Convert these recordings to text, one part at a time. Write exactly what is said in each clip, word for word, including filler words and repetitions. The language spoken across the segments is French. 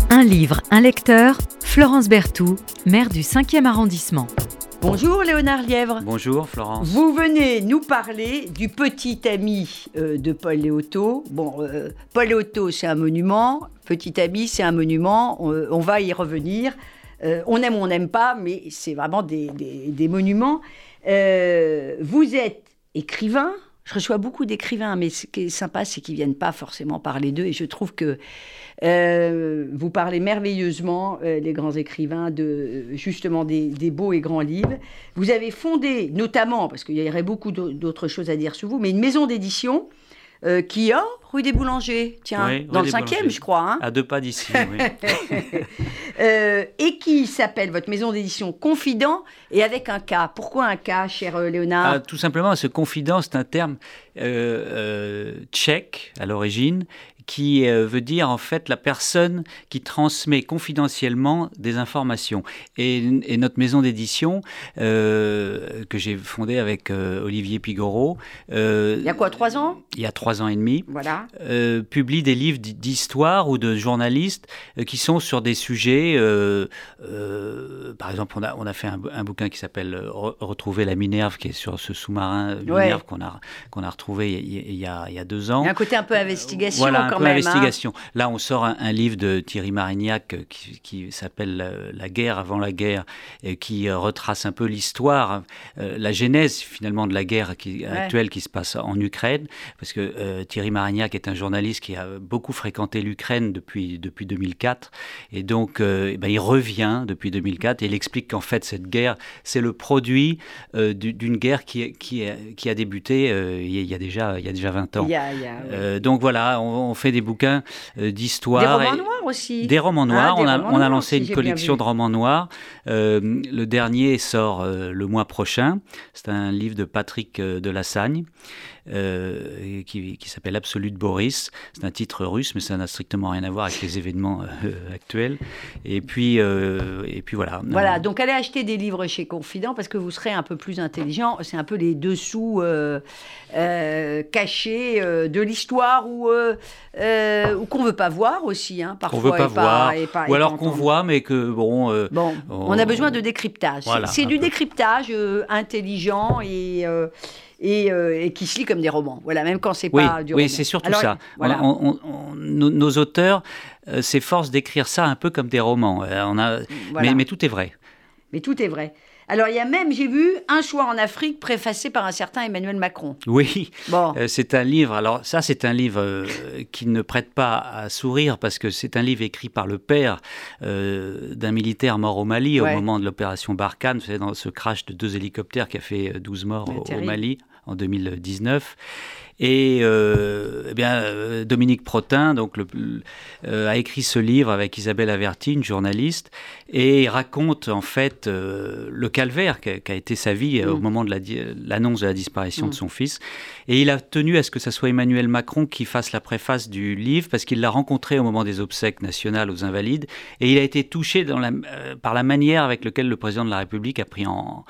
Un livre, un lecteur, Florence Berthoud, maire du cinquième arrondissement. Bonjour Léonard Lièvre. Bonjour Florence. Vous venez nous parler du petit ami euh, de Paul Léotot. Bon, euh, Paul Léotot, c'est un monument. Petit ami, c'est un monument. On, on va y revenir. Euh, on aime ou on n'aime pas, mais c'est vraiment des, des, des monuments. Euh, vous êtes écrivain. Je reçois beaucoup d'écrivains, mais ce qui est sympa, c'est qu'ils ne viennent pas forcément parler d'eux. Et je trouve que euh, vous parlez merveilleusement, euh, les grands écrivains, de, justement des, des beaux et grands livres. vous avez fondé, notamment, parce qu'il y aurait beaucoup d'autres choses à dire sur vous, mais une maison d'édition euh, qui a rue des Boulangers, tiens, oui, dans le cinquième, je crois. Hein. À deux pas d'ici, oui. euh, et qui s'appelle, votre maison d'édition, Confident, et avec un K. Pourquoi un K, cher Léonard ? Ah, tout simplement, ce confident, c'est un terme euh, euh, tchèque à l'origine, qui euh, veut dire en fait la personne qui transmet confidentiellement des informations. Et, et notre maison d'édition, euh, que j'ai fondée avec euh, Olivier Pigoro... Euh, il y a quoi, trois ans ? Il y a trois ans et demi. Voilà. Euh, publie des livres d'histoire ou de journalistes euh, qui sont sur des sujets... Euh, euh, par exemple, on a, on a fait un, un bouquin qui s'appelle euh, « Retrouver la Minerve », qui est sur ce sous-marin Minerve ouais. qu'on a, qu'on a retrouvé il, il, y a, il y a deux ans. Il y a un côté un peu investigation, voilà, quand peu même. Investigation. Hein. Là, on sort un, un livre de Thierry Marignac qui, qui s'appelle la, la guerre avant la guerre, et qui euh, retrace un peu l'histoire, euh, la genèse finalement de la guerre qui, ouais. actuelle qui se passe en Ukraine, parce que euh, Thierry Marignac est un journaliste qui a beaucoup fréquenté l'Ukraine depuis, depuis deux mille quatre, et donc euh, ben, il revient depuis deux mille quatre, et il explique qu'en fait cette guerre, c'est le produit euh, d'une guerre qui, qui, qui a débuté euh, il, y a déjà, il y a déjà vingt ans. Il y a, il y a, ouais. euh, donc voilà, on, on fait des bouquins euh, d'histoire. Des romans noirs aussi. Des romans noirs. Ah, on, a, romans on a noirs, lancé si une collection de romans noirs. Euh, le dernier sort euh, le mois prochain. C'est un livre de Patrick euh, de Lassagne euh, qui, qui s'appelle Absolute Boris. C'est un titre russe, mais ça n'a strictement rien à voir avec les événements euh, actuels. Et puis, euh, et puis voilà. Voilà, donc allez acheter des livres chez Confident parce que vous serez un peu plus intelligent. C'est un peu les dessous euh, euh, cachés euh, de l'histoire ou, euh, euh, ou qu'on ne veut pas voir aussi. Hein, parfois, qu'on ne veut pas voir. Pas, et pas, ou et alors qu'on voit, mais que bon... Euh, bon, on, on a besoin de décryptage. Voilà, c'est du peu. décryptage euh, intelligent et... Euh, Et, euh, et qui se lit comme des romans. Voilà, même quand c'est oui, pas du roman. Oui, c'est surtout Alors, ça. Voilà. On, on, on, nos, nos auteurs euh, s'efforcent d'écrire ça un peu comme des romans. Euh, on a, voilà. mais, mais tout est vrai. Mais tout est vrai. Alors, il y a même, j'ai vu, Un soir en Afrique, préfacé par un certain Emmanuel Macron. Oui, bon. euh, c'est un livre, alors ça c'est un livre euh, qui ne prête pas à sourire parce que c'est un livre écrit par le père euh, d'un militaire mort au Mali ouais. au moment de l'opération Barkhane, vous savez, dans ce crash de deux hélicoptères qui a fait douze morts au, au Mali en deux mille dix-neuf. Et euh, eh bien, euh, Dominique Protin donc, le, euh, a écrit ce livre avec Isabelle Averti, une journaliste, et il raconte en fait euh, le calvaire qu'a, qu'a été sa vie mmh. au moment de la, l'annonce de la disparition mmh. de son fils. Et il a tenu à ce que ce soit Emmanuel Macron qui fasse la préface du livre parce qu'il l'a rencontré au moment des obsèques nationales aux Invalides, et il a été touché dans la, euh, par la manière avec laquelle le président de la République a pris en...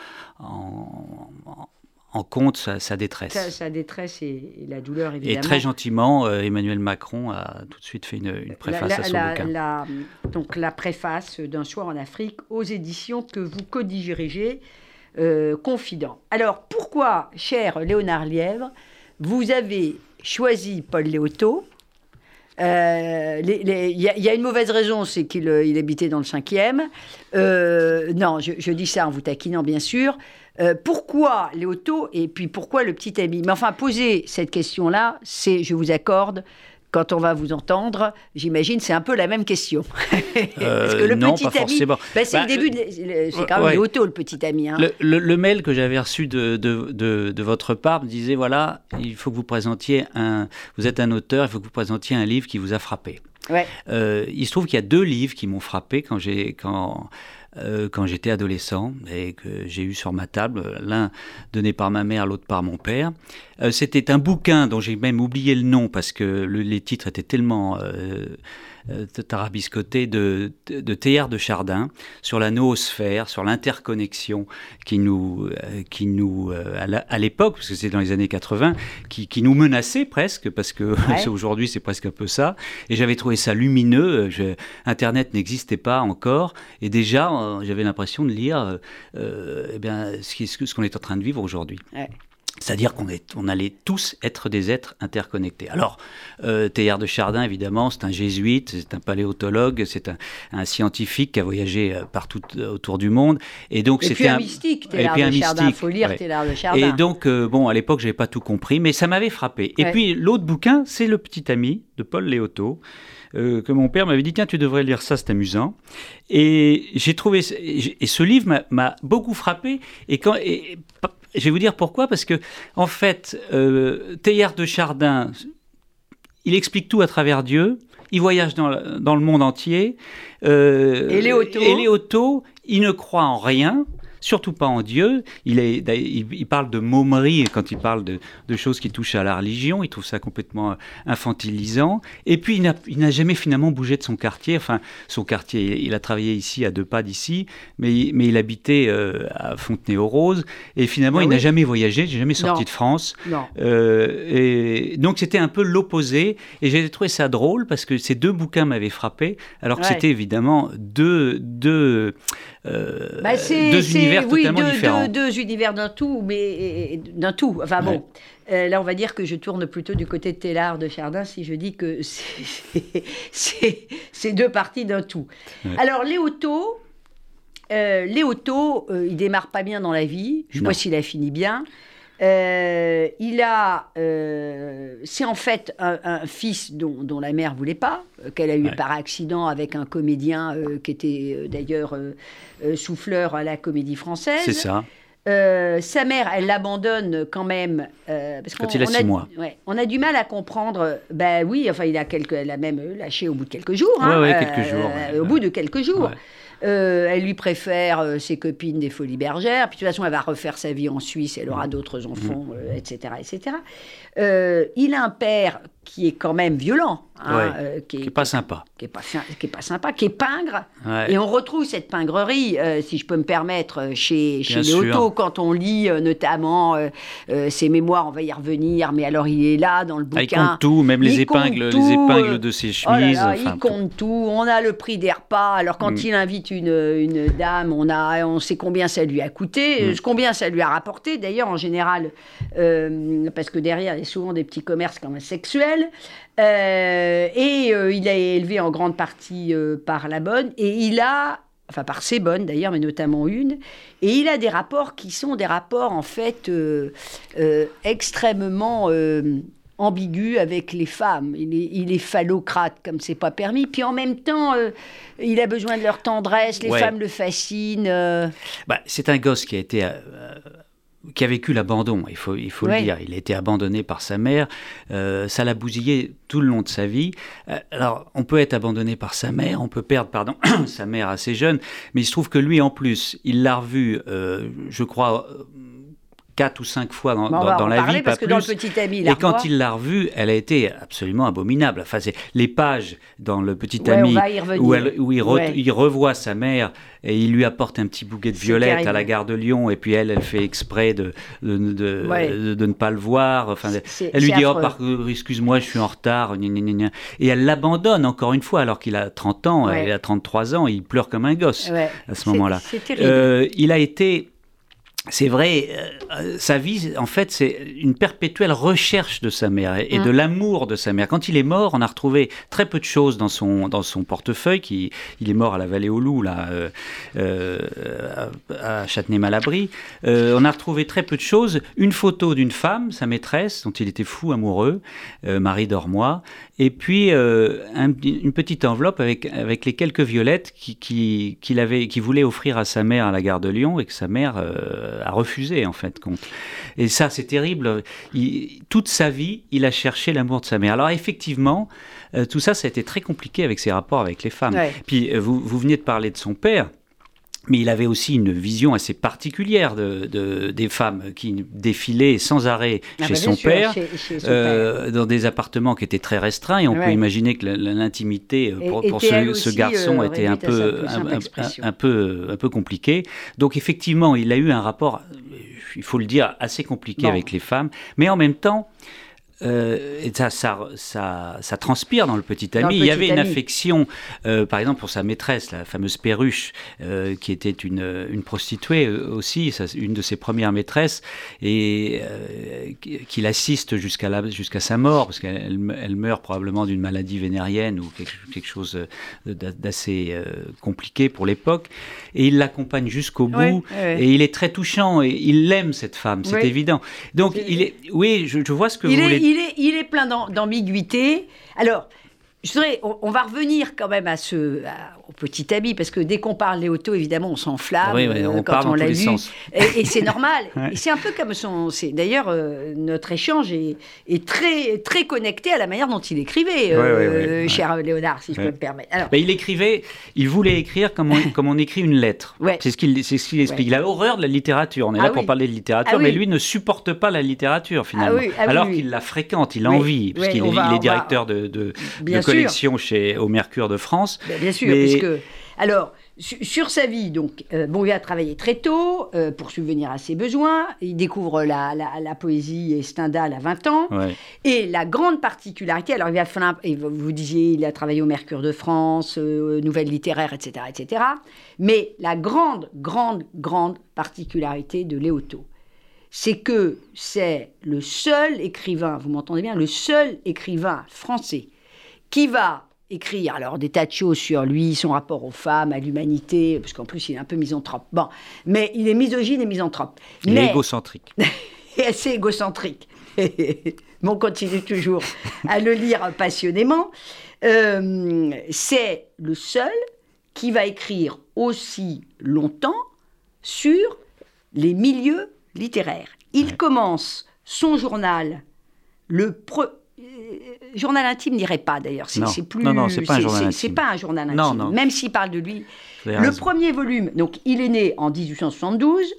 en, en en compte sa, sa détresse. Sa, sa détresse et, et la douleur, évidemment. Et très gentiment, euh, Emmanuel Macron a tout de suite fait une, une préface la, la, à son la, bouquin. La, donc la préface d'Un soir en Afrique aux éditions que vous co-dirigez, euh, Confident. Alors, pourquoi, cher Léonard Lièvre, vous avez choisi Paul Léotot ? Il euh, y, y a une mauvaise raison, c'est qu'il il habitait dans le cinquième. Euh, non, je, je dis ça en vous taquinant, bien sûr. Euh, pourquoi Léotot et puis pourquoi le petit ami ? Mais enfin, poser cette question-là, c'est, je vous accorde, quand on va vous entendre, j'imagine, c'est un peu la même question. Euh, Parce que le non, petit pas ami, forcément. Ben, c'est bah, le début, de, c'est quand même ouais. Léotot, le petit ami. Hein. Le, le, le mail que j'avais reçu de, de, de, de votre part me disait, voilà, il faut que vous présentiez un... Vous êtes un auteur, il faut que vous présentiez un livre qui vous a frappé. Ouais. Euh, il se trouve qu'il y a deux livres qui m'ont frappé quand j'ai... Quand, euh, quand j'étais adolescent et que j'ai eu sur ma table, l'un donné par ma mère, l'autre par mon père. Euh, c'était un bouquin dont j'ai même oublié le nom parce que le, les titres étaient tellement euh, euh, tarabiscotés de, de, de Teilhard de Chardin sur la noosphère, sur l'interconnexion qui nous, euh, qui nous euh, à, la, à l'époque, parce que c'était dans les années quatre-vingts, qui, qui nous menaçait presque, parce que ouais. Aujourd'hui c'est presque un peu ça. Et j'avais trouvé ça lumineux. Je, Internet n'existait pas encore, et déjà euh, j'avais l'impression de lire euh, eh bien, ce, qui, ce qu'on est en train de vivre aujourd'hui. Ouais. C'est-à-dire qu'on est, on allait tous être des êtres interconnectés. Alors, euh, Teilhard de Chardin, évidemment, c'est un jésuite, c'est un paléontologue, c'est un, un scientifique qui a voyagé partout autour du monde. Et donc, et c'était puis un, un mystique, Teilhard de Chardin. Il faut lire ouais. Teilhard de Chardin. Et donc, euh, bon, à l'époque, je n'avais pas tout compris, mais ça m'avait frappé. Et ouais. puis, l'autre bouquin, c'est Le Petit Ami de Paul Léotot. Euh, que mon père m'avait dit, tiens, tu devrais lire ça, c'est amusant. Et j'ai trouvé, et ce livre m'a, m'a beaucoup frappé. Et quand, et, je vais vous dire pourquoi, parce que en fait, euh, Teilhard de Chardin, il explique tout à travers Dieu. Il voyage dans le, dans le monde entier. Euh, et Léotot, et Léotot, il ne croit en rien. Surtout pas en Dieu. Il, est, il, il parle de momerie quand il parle de, de choses qui touchent à la religion. Il trouve ça complètement infantilisant. Et puis, il n'a, il n'a jamais finalement bougé de son quartier. Enfin, son quartier, il a travaillé ici, à deux pas d'ici, mais, mais il habitait euh, à Fontenay-aux-Roses. Et finalement, ah, il oui. n'a jamais voyagé, il n'a jamais sorti non. de France. Non. Euh, et donc, c'était un peu l'opposé. Et j'ai trouvé ça drôle parce que ces deux bouquins m'avaient frappé, alors que ouais. c'était évidemment deux... deux Euh, bah c'est, deux c'est, univers oui, totalement deux, différents. Deux, deux univers d'un tout, mais d'un tout. Enfin bon, ouais. euh, là on va dire que je tourne plutôt du côté de Teilhard de Chardin si je dis que c'est, c'est, c'est deux parties d'un tout. Ouais. Alors Léotot, euh, Léotot, euh, il démarre pas bien dans la vie. Je ne sais pas s'il a fini bien. Euh, il a, euh, c'est en fait un, un fils dont, dont la mère voulait pas, euh, qu'elle a eu ouais. par accident avec un comédien euh, qui était euh, d'ailleurs euh, euh, souffleur à la Comédie Française. C'est ça. Euh, sa mère, elle l'abandonne quand même euh, parce quand qu'on, il a on six a, mois. Ouais, on a du mal à comprendre. Ben oui, enfin, il a quelques, elle a même lâché au bout de quelques jours. Hein, ouais, ouais, euh, quelques jours. Ouais. Au bout de quelques jours. Ouais. Euh, elle lui préfère euh, ses copines des Folies Bergères. Puis de toute façon, elle va refaire sa vie en Suisse. Elle aura d'autres enfants, euh, et cetera, et cetera. Euh, il a un père qui est quand même violent, hein, ouais, euh, qui n'est pas sympa, qui est pas, qui est pas sympa, qui est pingre. Ouais. Et on retrouve cette pingrerie, euh, si je peux me permettre, chez chez Léotot quand on lit euh, notamment euh, euh, ses mémoires. On va y revenir, mais alors il est là dans le bouquin. Ah, il compte tout, même les épingles, tout, les épingles de ses chemises. Oh là là, enfin, il compte tout. On a le prix des repas. Alors quand mm. il invite une une dame, on a, on sait combien ça lui a coûté, mm. combien ça lui a rapporté. D'ailleurs, en général, euh, parce que derrière, il y a souvent des petits commerces quand même sexuels. Euh, et euh, il est élevé en grande partie euh, par la bonne. Et il a, enfin par ses bonnes d'ailleurs, mais notamment une. Et il a des rapports qui sont des rapports en fait euh, euh, extrêmement euh, ambigu avec les femmes. Il est, il est phallocrate comme c'est pas permis. Puis en même temps, euh, il a besoin de leur tendresse. Les ouais. femmes le fascinent. Euh... Bah, c'est un gosse qui a été... Euh, qui a vécu l'abandon, il faut, il faut ouais. le dire. Il a été abandonné par sa mère. Euh, ça l'a bousillé tout le long de sa vie. Euh, alors, on peut être abandonné par sa mère, on peut perdre, pardon, sa mère assez jeune, mais il se trouve que lui, en plus, il l'a revu, euh, je crois... quatre ou cinq fois dans, bon, dans, dans la vie, parce pas que plus. Dans le Petit Ami, et quand il l'a revue, elle a été absolument abominable. Enfin, c'est les pages dans le Petit ouais, Ami où, elle, où il, re, ouais. il revoit sa mère et il lui apporte un petit bouquet de c'est violettes terrible. À la gare de Lyon, et puis elle, elle fait exprès de, de, de, ouais. de, de ne pas le voir. Enfin, c'est, elle lui c'est dit oh, par, excuse-moi, je suis en retard. Gna, gna, gna. Et elle l'abandonne encore une fois, alors qu'il a trente ans, ouais. il a trente-trois ans, il pleure comme un gosse ouais. à ce moment-là. C'est, c'est terrible. Euh, il a été... C'est vrai, euh, sa vie, en fait, c'est une perpétuelle recherche de sa mère et, et mmh. de l'amour de sa mère. Quand il est mort, on a retrouvé très peu de choses dans son, dans son portefeuille. Qui, il est mort à la Vallée-aux-Loups, là, euh, euh, à Châtenay-Malabry. Euh, on a retrouvé très peu de choses. Une photo d'une femme, sa maîtresse, dont il était fou amoureux, euh, Marie Dormois. Et puis, euh, un, une petite enveloppe avec, avec les quelques violettes qui, qui, qu'il, avait, qu'il voulait offrir à sa mère à la gare de Lyon et que sa mère... Euh, a refusé en fait. Et ça c'est terrible. Il, toute sa vie il a cherché l'amour de sa mère. Alors effectivement euh, tout ça ça a été très compliqué avec ses rapports avec les femmes. Ouais. Puis vous, vous veniez de parler de son père. Mais il avait aussi une vision assez particulière de, de, des femmes qui défilaient sans arrêt ah chez, bah son sûr, père, chez, chez son euh, père, dans des appartements qui étaient très restreints. Et on ouais. peut imaginer que l'intimité pour, pour ce, ce garçon euh, était un peu, un, un, un, peu, un peu compliquée. Donc effectivement, il a eu un rapport, il faut le dire, assez compliqué bon. avec les femmes. Mais en même temps... Euh, et ça, ça, ça, ça transpire dans le petit ami. Le petit il y avait ami. une affection, euh, par exemple pour sa maîtresse, la fameuse Perruche, euh, qui était une, une prostituée aussi, ça, une de ses premières maîtresses, et euh, qui l'assiste jusqu'à, la, jusqu'à sa mort, parce qu'elle elle meurt probablement d'une maladie vénérienne ou quelque, quelque chose d'assez euh, compliqué pour l'époque. Et il l'accompagne jusqu'au bout, oui, oui. et il est très touchant, et il l'aime cette femme, c'est oui. évident. Donc, c'est... il est, oui, je, je vois ce que il vous est, voulez dire. Il est, il est plein d'ambiguïté. Alors, je dirais, on, on va revenir quand même à ce, à, au petit ami, parce que dès qu'on parle Léoto, évidemment, on s'enflamme oui, oui, on euh, quand on l'a lu. Et, et c'est normal. ouais. Et c'est un peu comme son... C'est, d'ailleurs, euh, notre échange est, est très, très connecté à la manière dont il écrivait, euh, ouais, ouais, ouais, cher ouais. Léonard, si ouais. je peux me permettre. Alors, bah, il écrivait, il voulait écrire comme on, comme on écrit une lettre. Ouais. C'est ce qu'il, c'est ce qu'il explique. Ouais. Il a horreur de la littérature. On est ah, là pour oui. parler de littérature, ah, mais oui. lui ne supporte pas la littérature, finalement. Ah, oui. Ah, alors oui, qu'il oui. la fréquente, il a oui. envie, parce oui, qu'il est, va, il est directeur va... de, de, de collection chez, au Mercure de France. Bien, bien sûr, mais... puisque... Alors, su- sur sa vie, donc, euh, bon, il a travaillé très tôt euh, pour subvenir à ses besoins. Il découvre la, la, la poésie et Stendhal à vingt ans. Ouais. Et la grande particularité, alors il a fait un, vous disiez, il a travaillé au Mercure de France, euh, Nouvelles littéraires, et cetera, et cetera. Mais la grande, grande, grande particularité de Léoto, c'est que c'est le seul écrivain, vous m'entendez bien, le seul écrivain français qui va écrire alors des tas de choses sur lui, son rapport aux femmes, à l'humanité, parce qu'en plus il est un peu misanthrope. Bon, mais il est misogyne et misanthrope. Il mais... est égocentrique. Et assez égocentrique. Mais on continue toujours à le lire passionnément. Euh, c'est le seul qui va écrire aussi longtemps sur les milieux littéraires. Il ouais. commence son journal, le pre... journal intime n'irait pas d'ailleurs, c'est, c'est plus non non c'est pas un journal c'est, intime. C'est pas un journal intime, non, non. même s'il parle de lui. Le raison. Premier volume, donc il est né en dix-huit cent soixante-douze.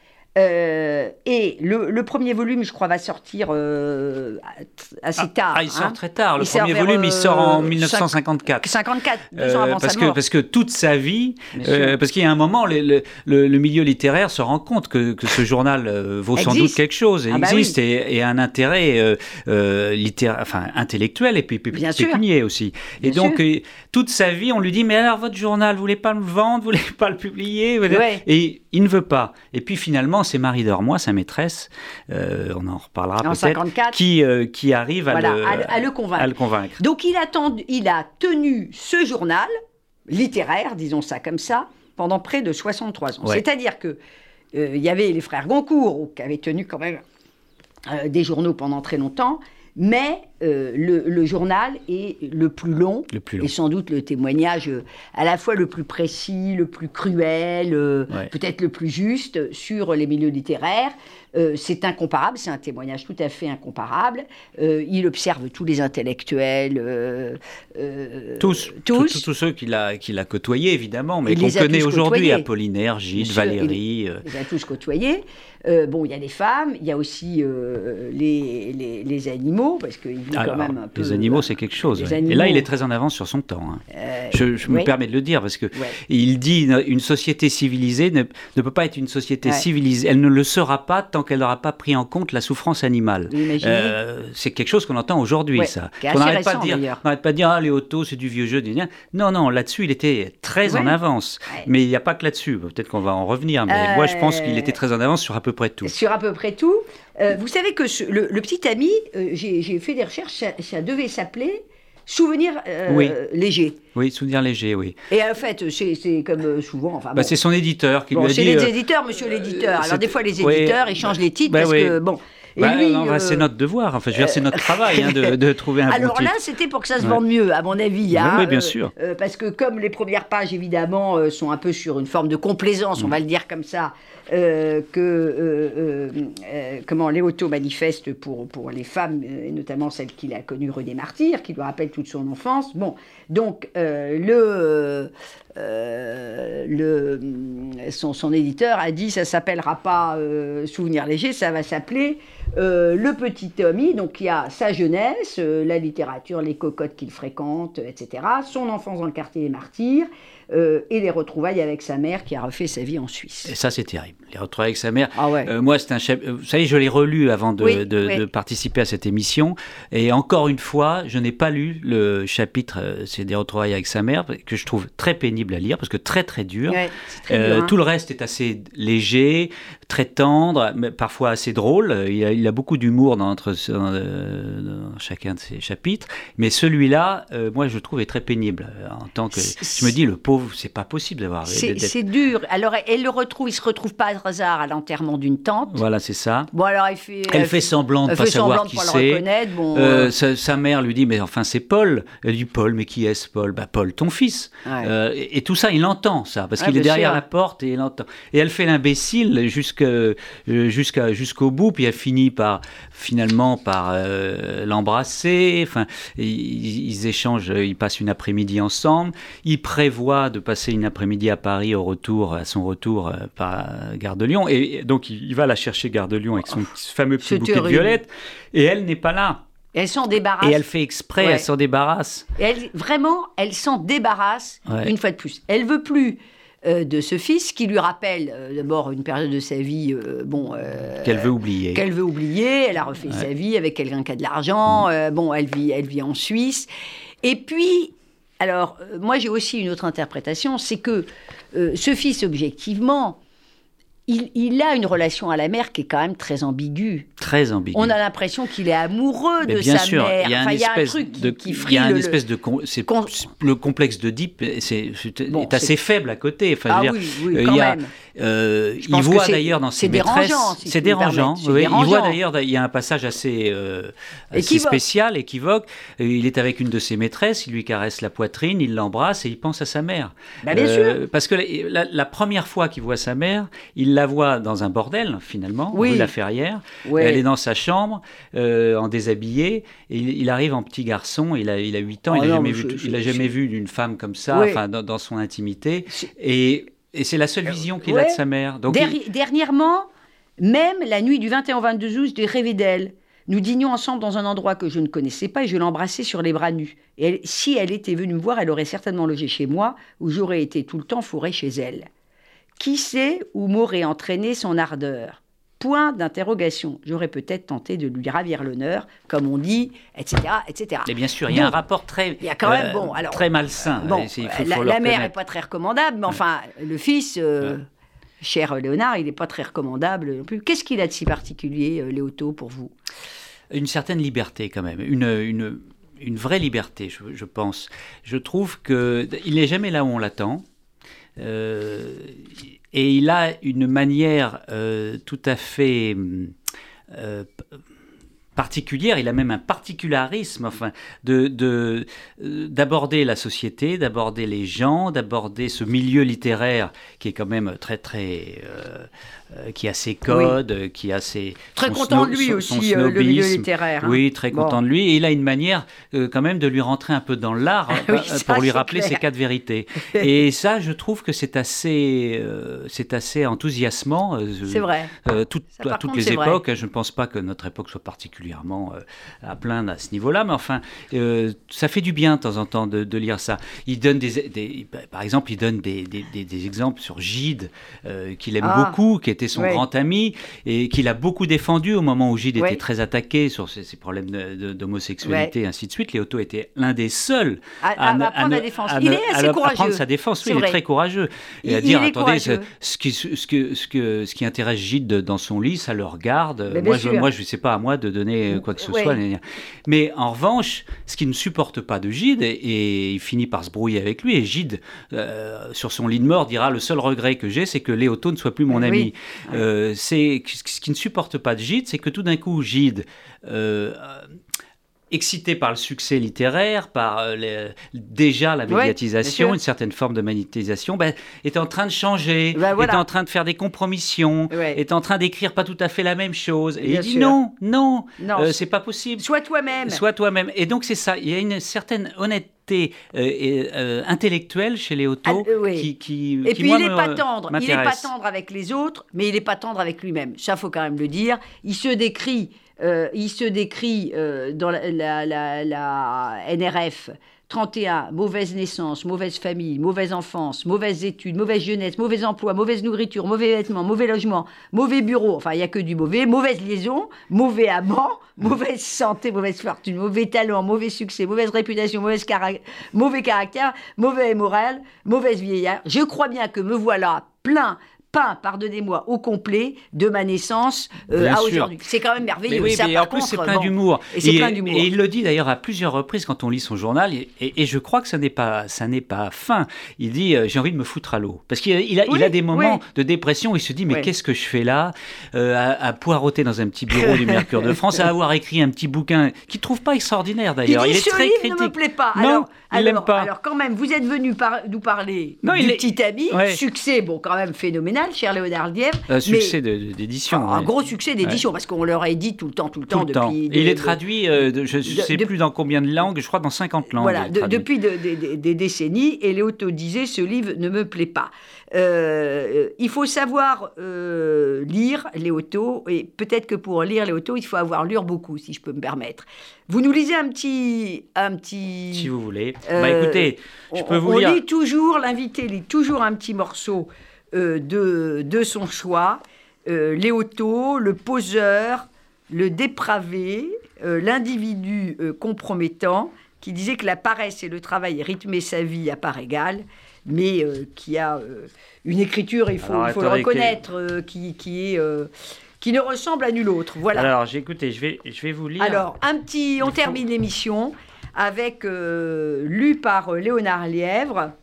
Euh, et le, le premier volume, je crois, va sortir euh, assez tard. Ah, ah il sort hein. très tard. Le il premier vers, volume, euh, il sort en dix-neuf cent cinquante-quatre. cinquante-quatre, deux euh, ans avant parce sa que, mort. Parce que toute sa vie, euh, parce qu'il y a un moment, le, le, le, le milieu littéraire se rend compte que, que ce journal euh, vaut existe. sans doute quelque chose, et ah existe, bah oui. et, et a un intérêt euh, euh, littéraire, enfin, intellectuel et puis pécunier aussi. Et Bien donc, euh, toute sa vie, on lui dit, mais alors votre journal, vous voulez pas le vendre, vous voulez pas le publier ouais. Et il ne veut pas. Et puis finalement, c'est Marie d'Ormois, sa maîtresse, euh, on en reparlera en peut-être, cinquante-quatre, qui, euh, qui arrive à, voilà, le, à, à, le convaincre. à le convaincre. Donc il a, tendu, il a tenu ce journal littéraire, disons ça comme ça, pendant près de soixante-trois ans. Ouais. C'est-à-dire qu'il euh, y avait les frères Goncourt, qui avaient tenu quand même euh, des journaux pendant très longtemps, mais euh, le, le journal est le plus long, le plus long, et sans doute le témoignage euh, à la fois le plus précis, le plus cruel, euh, ouais. peut-être le plus juste sur les milieux littéraires. Euh, c'est incomparable, c'est un témoignage tout à fait incomparable. Euh, il observe tous les intellectuels, euh, euh, tous, tous. Tous, tous ceux qu'il a, qu'il a côtoyés, évidemment, mais il qu'on connaît aujourd'hui, côtoyés. Apollinaire, Gide, Monsieur, Valérie. Il, euh... il a tous côtoyés. Euh, bon, il y a les femmes, il y a aussi euh, les, les, les animaux, parce qu'il vit quand même un peu... Les animaux, euh, c'est quelque chose. Ouais. Animaux... Et là, il est très en avance sur son temps. Hein. Euh, je je oui. me permets de le dire, parce qu'il ouais. dit une société civilisée ne, ne peut pas être une société ouais. civilisée. Elle ne le sera pas tant qu'elle n'aura pas pris en compte la souffrance animale. Euh, c'est quelque chose qu'on entend aujourd'hui, ouais. ça. On n'arrête pas, pas de dire « Ah, Léoto, c'est du vieux jeu. » Non, non, là-dessus, il était très ouais. en avance. Ouais. Mais il n'y a pas que là-dessus. Peut-être qu'on va en revenir, mais euh... moi, je pense qu'il était très en avance sur un peu près tout. Sur à peu près tout. Euh, vous savez que ce, le, le petit ami, euh, j'ai, j'ai fait des recherches, ça, ça devait s'appeler Souvenir euh, oui. léger. Oui, Souvenir léger, oui. Et en fait, c'est, c'est comme souvent... Enfin, bah, bon. C'est son éditeur qui bon, lui a c'est dit... C'est les euh, éditeurs, monsieur l'éditeur. Alors des fois, les éditeurs, oui. ils changent les titres bah, parce oui. que... bon. Et bah, lui, non, bah, euh... c'est notre devoir, enfin, je veux dire, c'est notre travail hein, de, de trouver un Alors bon titre. là, c'était pour que ça se vende ouais. mieux, à mon avis. Hein, oui, oui, bien euh, sûr. Euh, parce que comme les premières pages, évidemment, euh, sont un peu sur une forme de complaisance, mm. on va le dire comme ça, euh, que euh, euh, comment Léoto manifeste pour, pour les femmes, euh, et notamment celle qu'il a connue, Renée Martyr, qui lui rappelle toute son enfance. Bon, donc, euh, le, euh, le, son, son éditeur a dit ça s'appellera pas euh, Souvenir léger, ça va s'appeler euh, Le Petit Tommy. Donc il y a sa jeunesse, euh, la littérature, les cocottes qu'il fréquente, et cetera. Son enfance dans le quartier des Martyrs. Euh, et les retrouvailles avec sa mère qui a refait sa vie en Suisse. Et ça, c'est terrible. Les retrouvailles avec sa mère. Ah ouais. euh, moi, c'est un chapitre. Vous savez, je l'ai relu avant de, oui, de, oui. de participer à cette émission. Et encore une fois, je n'ai pas lu le chapitre, euh, c'est des retrouvailles avec sa mère, que je trouve très pénible à lire, parce que très, très dur. Ouais, c'est très euh, dur hein. Tout le reste est assez léger, très tendre, mais parfois assez drôle. Il a, il a beaucoup d'humour dans, entre, dans, dans chacun de ses chapitres. Mais celui-là, euh, moi, je trouve est très pénible. En tant que, je me dis, le pauvre, c'est pas possible d'avoir. C'est, c'est dur. Alors, elle le retrouve, il se retrouve pas par hasard à l'enterrement d'une tante. Voilà, c'est ça. Bon, alors, elle fait. Elle, elle fait semblant de ne pas savoir qui c'est. Bon, euh, euh... sa, sa mère lui dit, mais enfin, c'est Paul. Elle dit, Paul, mais qui est-ce, Paul ? Bah, Paul, ton fils. Ouais. Euh, et, et tout ça, il entend ça, parce ouais, qu'il est derrière sûr. La porte et il entend. Et elle fait l'imbécile jusqu'à, jusqu'à, jusqu'au bout, puis elle finit par, finalement, par euh, l'embrasser. Enfin, ils, ils échangent, ils passent une après-midi ensemble. Ils prévoient de passer une après-midi à Paris au retour, à son retour euh, par Gare de Lyon. Et donc, il, il va la chercher Gare de Lyon avec son oh, fameux petit bouquet terrible. De violettes. Et elle n'est pas là. Et elle s'en débarrasse. Et elle fait exprès, ouais. Elle s'en débarrasse. Et elle, vraiment, elle s'en débarrasse ouais. Une fois de plus. Elle veut plus euh, de ce fils qui lui rappelle euh, d'abord une période de sa vie euh, bon, euh, qu'elle veut oublier. Qu'elle veut oublier. Elle a refait ouais. Sa vie avec quelqu'un qui a de l'argent. Mmh. Euh, bon, elle vit, elle vit en Suisse. Et puis... Alors, euh, moi, j'ai aussi une autre interprétation, c'est que euh, ce fils, objectivement, il, il a une relation à la mère qui est quand même très ambiguë. Très ambiguë. On a l'impression qu'il est amoureux mais de bien sa sûr, mère. Il y a, enfin, il y a un espèce truc de, qui, qui il y a une le, espèce de... Con, c'est, con, le complexe d'Oedipe c'est, c'est, bon, est assez c'est... faible à côté. Enfin, ah je veux oui, dire, oui, euh, quand il y a, même. Euh, il voit d'ailleurs dans ses maîtresses, dérangeant, si c'est dérangeant. C'est oui, dérangeant. Il voit d'ailleurs, il y a un passage assez, euh, assez spécial, équivoque. Il est avec une de ses maîtresses, il lui caresse la poitrine, il l'embrasse et il pense à sa mère. Bah, bien euh, sûr. Parce que la, la première fois qu'il voit sa mère, il la voit dans un bordel finalement, oui. rue La Ferrière. Oui. Elle est dans sa chambre, euh, en déshabillé. Et il, il arrive en petit garçon. Il a, il a huit ans. Oh il n'a jamais, vu, je, il a jamais vu une femme comme ça, oui. Enfin dans, dans son intimité. Et Et c'est la seule vision qu'il ouais. a de sa mère. Donc Derri- il... Dernièrement, même la nuit du vingt et un au vingt-deux août, j'ai rêvé d'elle. Nous dînions ensemble dans un endroit que je ne connaissais pas et je l'embrassais sur les bras nus. Et elle, si elle était venue me voir, elle aurait certainement logé chez moi, où j'aurais été tout le temps fourré chez elle. Qui sait où m'aurait entraîné son ardeur ? Point d'interrogation. J'aurais peut-être tenté de lui ravir l'honneur, comme on dit, et cetera, et cetera. Et bien sûr, il y a Donc, un rapport très, il y a quand même, euh, bon, alors, très malsain. Bon, il faut, la, faut la mère n'est pas très recommandable, mais enfin, le fils, euh, ouais. cher Léonard, il n'est pas très recommandable non plus. Qu'est-ce qu'il a de si particulier, euh, Léoto, pour vous ? Une certaine liberté, quand même. Une... une... une vraie liberté, je, je pense. Je trouve qu'il n'est jamais là où on l'attend. Euh, et il a une manière euh, tout à fait euh, particulière, il a même un particularisme, enfin, de, de, d'aborder la société, d'aborder les gens, d'aborder ce milieu littéraire qui est quand même très, très... Euh, Euh, qui a ses codes, oui. qui a ses... Très content sno- de lui son, aussi, son euh, le milieu littéraire. Hein. Oui, très content bon. de lui. Et il a une manière euh, quand même de lui rentrer un peu dans l'art oui, euh, ça, pour lui rappeler clair. Ses quatre vérités. Et ça, je trouve que c'est assez, euh, c'est assez enthousiasmant. Euh, c'est vrai. Euh, tout, ça, à toutes contre, les époques. Vrai. Je ne pense pas que notre époque soit particulièrement euh, à plaindre à ce niveau-là. Mais enfin, euh, ça fait du bien de temps en temps de, de lire ça. Il donne des, des, par exemple, il donne des, des, des, des exemples sur Gide, euh, qu'il aime ah. beaucoup, qui était son oui. grand ami et qu'il a beaucoup défendu au moment où Gide oui. était très attaqué sur ses, ses problèmes de, de, d'homosexualité oui. et ainsi de suite. Léoto était l'un des seuls à, à, à, à prendre ne, la défense. Il est assez à, courageux. À prendre sa défense, oui, il est très courageux. Et il, à dire, il attendez, ce, ce, qui, ce, que, ce, que, ce qui intéresse Gide dans son lit, ça le regarde. Mais moi, je, moi, je ne sais pas à moi de donner quoi que ce oui. soit. Mais en revanche, ce qu'il ne supporte pas de Gide, et, et il finit par se brouiller avec lui, et Gide, euh, sur son lit de mort, dira, le seul regret que j'ai, c'est que Léoto ne soit plus mon ami. Oui. Euh, c'est ce qui ne supporte pas de Gide, c'est que tout d'un coup, Gide euh, excité par le succès littéraire, par euh, les, déjà la médiatisation, ouais, une certaine forme de magnétisation, ben, est en train de changer, ben, voilà. est en train de faire des compromissions, ouais. est en train d'écrire pas tout à fait la même chose. Et bien il dit sûr. non, non, non euh, c'est pas possible. Sois toi-même. Sois toi-même. Et donc c'est ça, il y a une certaine honnêteté euh, et, euh, intellectuelle chez Léoto ah, oui. qui, qui Et qui, puis moi, il n'est me, pas tendre, m'intéresse. il n'est pas tendre avec les autres, mais il n'est pas tendre avec lui-même. Ça, faut quand même le dire. Il se décrit... Euh, il se décrit euh, dans la, la, la, la N R F trente et un, mauvaise naissance, mauvaise famille, mauvaise enfance, mauvaises études, mauvaise jeunesse, mauvais emploi, mauvaise nourriture, mauvais vêtements, mauvais logement, mauvais bureau, enfin il n'y a que du mauvais, mauvaise liaison, mauvais amant, mauvaise santé, mauvaise fortune, mauvais talent, mauvais succès, mauvaise réputation, mauvaise cara- mauvais caractère, mauvais moral, mauvaise vieillard. Je crois bien que me voilà plein peint, pardonnez-moi, au complet de ma naissance euh, à aujourd'hui. C'est quand même merveilleux. Mais oui, ça, mais par en plus, contre, c'est plein bon, d'humour. Et, c'est et, plein d'humour. Et il le dit d'ailleurs à plusieurs reprises quand on lit son journal, et, et, et je crois que ça n'est pas, ça n'est pas fin. Il dit euh, j'ai envie de me foutre à l'eau, parce qu'il a, il a, oui, il a des moments oui. de dépression où il se dit mais oui. qu'est-ce que je fais là, euh, à, à poireauter dans un petit bureau du Mercure de France, à avoir écrit un petit bouquin qu'il trouve pas extraordinaire d'ailleurs. Il, dit, il est ce très livre critique. Ne me plaît pas. Non, alors, il alors, l'aime pas. Alors quand même, vous êtes venu par, nous parler non, du il est... petit ami, ouais. succès, bon quand même phénoménal, cher Léonard Lièvre. Euh, succès mais... d'édition. Enfin, ouais. Un gros succès d'édition, ouais. parce qu'on leur a dit tout le temps, tout le tout temps. Le depuis, temps. De, il est de, traduit, euh, de, je ne sais de, plus dans combien de langues, je crois dans cinquante langues. Voilà, de, depuis de, de, de, des décennies, et Léoto disait, ce livre ne me plaît pas. Euh, il faut savoir euh, lire Léoto, et peut-être que pour lire Léoto, il faut avoir lu beaucoup, si je peux me permettre. Vous nous lisez un petit... Un petit si vous voulez. Euh, bah écoutez, je peux on, vous on lire... lit toujours, l'invité lit toujours un petit morceau euh, de, de son choix. Euh, Léoto, le poseur, le dépravé, euh, l'individu euh, compromettant, qui disait que la paresse et le travail rythmaient sa vie à part égale, mais euh, qui a euh, une écriture, il faut, Alors, il faut le reconnaître, que... euh, qui, qui, est, euh, qui ne ressemble à nul autre. Voilà. Alors, j'ai écouté, je vais, je vais vous lire... Alors, un petit, on termine l'émission avec, euh, lu par Léonard Lièvre,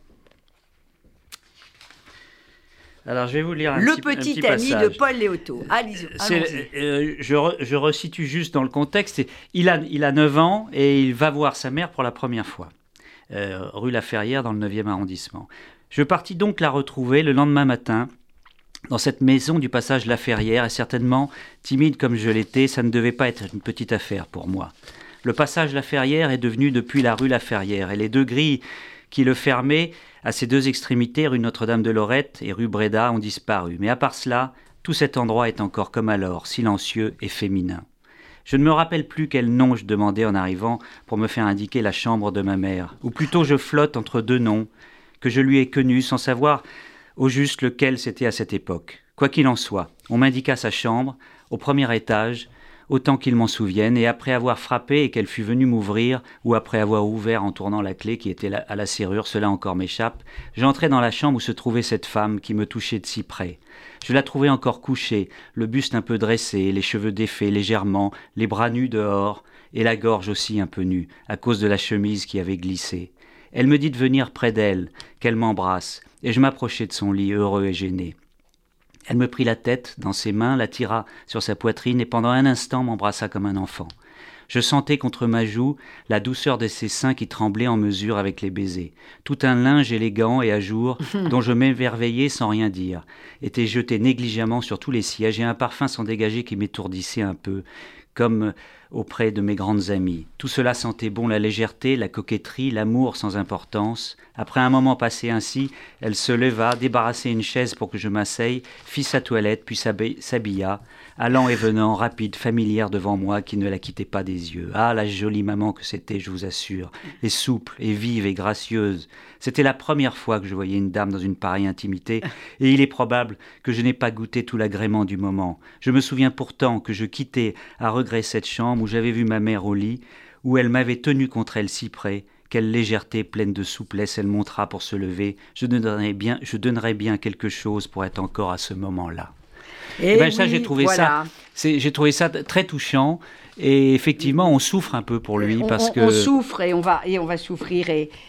Alors, je vais vous lire un le petit, petit, un petit ami passage. de Paul Léoto. Allez-y. Euh, je, re, je resitue juste dans le contexte. Il a, il a neuf ans et il va voir sa mère pour la première fois, euh, rue La Ferrière, dans le neuvième arrondissement. Je partis donc la retrouver le lendemain matin, dans cette maison du passage La Ferrière, et certainement, timide comme je l'étais, ça ne devait pas être une petite affaire pour moi. Le passage La Ferrière est devenu depuis la rue La Ferrière, et les deux grilles qui le fermaient à ses deux extrémités, rue Notre-Dame-de-Lorette et rue Bréda, ont disparu. Mais à part cela, tout cet endroit est encore comme alors, silencieux et féminin. Je ne me rappelle plus quel nom je demandais en arrivant pour me faire indiquer la chambre de ma mère. Ou plutôt je flotte entre deux noms que je lui ai connus sans savoir au juste lequel c'était à cette époque. Quoi qu'il en soit, on m'indiqua sa chambre, au premier étage, autant qu'il m'en souvienne, et après avoir frappé et qu'elle fut venue m'ouvrir, ou après avoir ouvert en tournant la clé qui était à la serrure, cela encore m'échappe, j'entrai dans la chambre où se trouvait cette femme qui me touchait de si près. Je la trouvais encore couchée, le buste un peu dressé, les cheveux défaits légèrement, les bras nus dehors, et la gorge aussi un peu nue, à cause de la chemise qui avait glissé. Elle me dit de venir près d'elle, qu'elle m'embrasse, et je m'approchai de son lit, heureux et gêné. Elle me prit la tête dans ses mains, la tira sur sa poitrine et pendant un instant m'embrassa comme un enfant. Je sentais contre ma joue la douceur de ses seins qui tremblaient en mesure avec les baisers. Tout un linge élégant et à jour, dont je m'émerveillais sans rien dire, était jeté négligemment sur tous les sièges et un parfum s'en dégageait qui m'étourdissait un peu, comme auprès de mes grandes amies. Tout cela sentait bon la légèreté, la coquetterie, l'amour sans importance. Après un moment passé ainsi, elle se leva, débarrassait une chaise pour que je m'asseye, fit sa toilette, puis s'habilla, allant et venant, rapide, familière devant moi, qui ne la quittait pas des yeux. Ah, la jolie maman que c'était, je vous assure, et souple, et vive, et gracieuse. C'était la première fois que je voyais une dame dans une pareille intimité, et il est probable que je n'ai pas goûté tout l'agrément du moment. Je me souviens pourtant que je quittais à regret cette chambre où j'avais vu ma mère au lit, où elle m'avait tenu contre elle si près. Quelle légèreté pleine de souplesse elle montra pour se lever. Je donnerais bien, je donnerais bien quelque chose pour être encore à ce moment-là. Et, et ben oui, ça, j'ai trouvé voilà. ça, c'est, j'ai trouvé ça très touchant. Et effectivement, on souffre un peu pour lui on, parce on, que on souffre et on va et on va souffrir et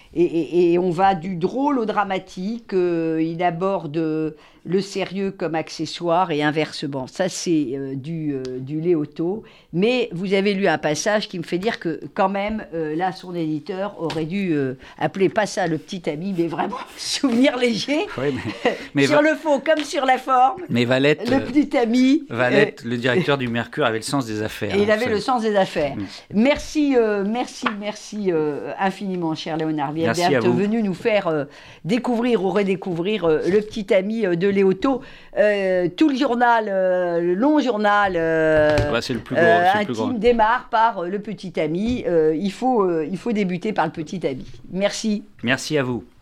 et, et, et on va du drôle au dramatique. Euh, il aborde le sérieux comme accessoire et inversement. Ça, c'est euh, du, euh, du Léoto. Mais vous avez lu un passage qui me fait dire que, quand même, euh, là, son éditeur aurait dû euh, appeler pas ça le petit ami, mais vraiment souvenir léger. Oui, mais, mais sur va... le fond comme sur la forme. Mais Valette, le petit ami. Valette, euh, le directeur du Mercure, avait le sens des affaires. Et il avait le sens des affaires. Mmh. Merci, euh, merci, merci euh, infiniment, cher Léonard Vier, d'être venu nous faire euh, découvrir ou redécouvrir euh, le petit ami euh, de Léoto. Euh, tout le journal, euh, le long journal euh, ouais, c'est le plus gros, euh, c'est intime le plus grand. démarre par euh, le petit ami. Euh, il faut, euh, il faut débuter par le petit ami. Merci. Merci à vous.